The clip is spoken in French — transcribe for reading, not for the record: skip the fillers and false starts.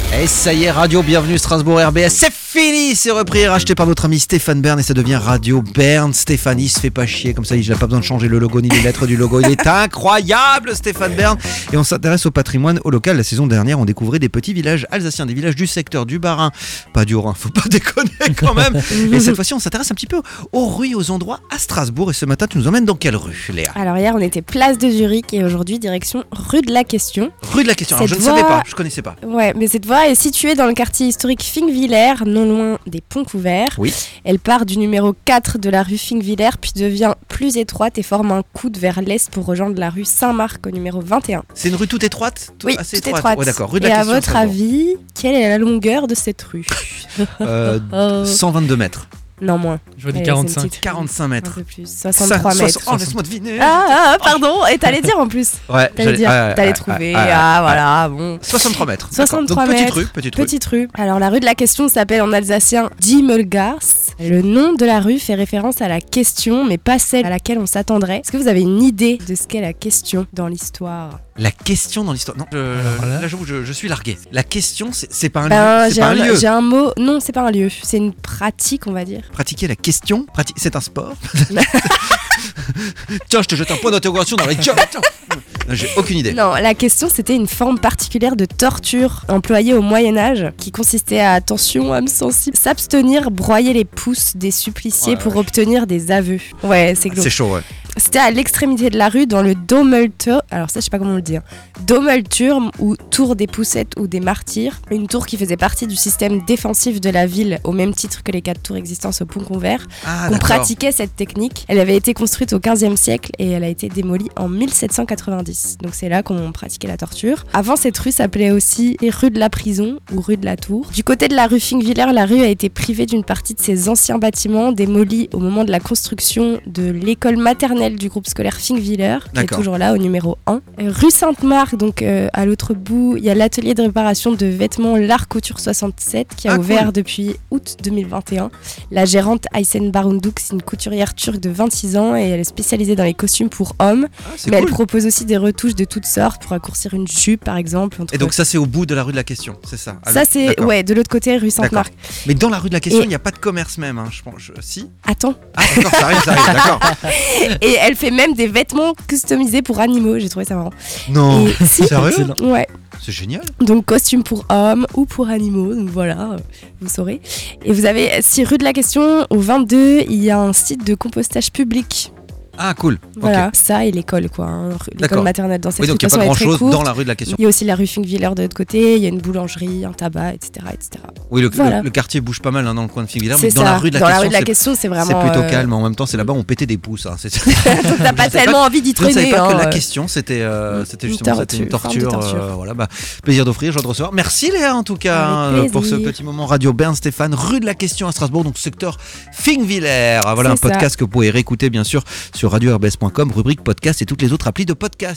Et ça y est, Radio Bienvenue Strasbourg RBS, c'est fini, c'est repris et racheté par notre ami Stéphane Bern et ça devient Radio Bern. Stéphane, il se fait pas chier comme ça, il n'a pas besoin de changer le logo ni les lettres du logo. Il est incroyable, Stéphane Bern. Et on s'intéresse au patrimoine au local. La saison dernière, on découvrait des petits villages alsaciens, des villages du secteur du Bas-Rhin, pas du Haut-Rhin, faut pas déconner quand même. Et cette fois-ci, on s'intéresse un petit peu aux rues, aux endroits à Strasbourg. Et ce matin, tu nous emmènes dans quelle rue, Léa? Alors hier, on était place de Zurich et aujourd'hui, direction rue de la Question. Rue de la Question, alors je ne savais pas, je connaissais pas. Ouais, mais cette voie est située dans le quartier historique Finckviller, non loin des ponts couverts. Oui. Elle part du numéro 4 de la rue Finckviller, puis devient plus étroite et forme un coude vers l'est pour rejoindre la rue Saint-Marc au numéro 21. C'est une rue toute étroite? Oui, assez toute étroite. Ouais, d'accord. Rue de la et Question, à votre avis, quelle est la longueur de cette rue? 122 mètres. Non, moins. Je vois des 45. 45 mètres. Un peu plus. 63 mètres. Oh, laisse-moi deviner. Pardon. Et t'allais dire en plus. Ouais, t'allais trouver. Voilà, bon. 63 mètres. 63 donc, mètres. Petite rue. Alors, la rue de la Question s'appelle en alsacien Diemelgasse. Le nom de la rue fait référence à la question, mais pas celle à laquelle on s'attendrait. Est-ce que vous avez une idée de ce qu'est la question dans l'histoire? La question dans l'histoire. Non, là, j'avoue, je suis largué. La question, c'est pas un lieu. C'est pas un lieu. J'ai un mot. Non, c'est pas un lieu. C'est une pratique, on va dire. Pratiquer la question. C'est un sport. Tiens, je te jette un point d'interrogation dans les. Tiens. Non, j'ai aucune idée. Non, la question, c'était une forme particulière de torture employée au Moyen-Âge qui consistait à, attention, âme sensible, s'abstenir, broyer les pouces des suppliciés pour obtenir des aveux. Ouais, c'est glauque. C'est chaud, ouais. C'était à l'extrémité de la rue, dans le Dommelturm. Alors ça, je sais pas comment on le dit. Dommelturm ou tour des Poussettes ou des Martyrs. Une tour qui faisait partie du système défensif de la ville, au même titre que les 4 tours existantes au Pont Convert. On pratiquait cette technique. Elle avait été construite au XVe siècle et elle a été démolie en 1790. Donc c'est là qu'on pratiquait la torture. Avant, cette rue s'appelait aussi rue de la Prison ou rue de la Tour. Du côté de la rue Finckviller, la rue a été privée d'une partie de ses anciens bâtiments démolis au moment de la construction de l'école maternelle du groupe scolaire Finckviller, qui est toujours là au numéro 1. Rue Sainte-Marc, donc à l'autre bout, il y a l'atelier de réparation de vêtements L'Art Couture 67 qui a ouvert depuis août 2021. La gérante Aysen Barunduk, c'est une couturière turque de 26 ans et elle est spécialisée dans les costumes pour hommes. Elle propose aussi des retouches de toutes sortes pour raccourcir une jupe par exemple. Et donc ça c'est au bout de la rue de la Question, c'est ça? Ça c'est de l'autre côté, rue Sainte-Marc. Mais dans la rue de la Question, il n'y a pas de commerce même, je pense. Si. Attends. Ah d'accord, ça arrive, d'accord. Et elle fait même des vêtements customisés pour animaux, j'ai trouvé ça marrant. Non, sérieux? Ouais. C'est génial. Donc costume pour hommes ou pour animaux, donc voilà, vous saurez. Et vous avez, si rue de la Question, au 22, il y a un site de compostage public. Ah cool. Voilà, ça et l'école l'école maternelle dans cette rue. Donc il n'y a pas grand chose dans la rue de la Question. Il y a aussi la rue Finckviller de l'autre côté, il y a une boulangerie, un tabac, etc. Oui, le quartier bouge pas mal dans le coin de Finckviller, mais dans la rue de la Question, c'est vraiment... C'est plutôt calme, en même temps c'est là-bas on pétait des pouces. Donc t'as pas tellement envie d'y traîner. Je ne savais pas que la Question c'était justement une torture. Voilà, plaisir d'offrir, joie de recevoir. Merci Léa en tout cas pour ce petit moment Radio Bern Stéphane, rue de la Question à Strasbourg, donc secteur Finckviller. Voilà un podcast que vous pouvez réécouter bien sûr sur radio-rbs.com, rubrique podcast et toutes les autres applis de podcast.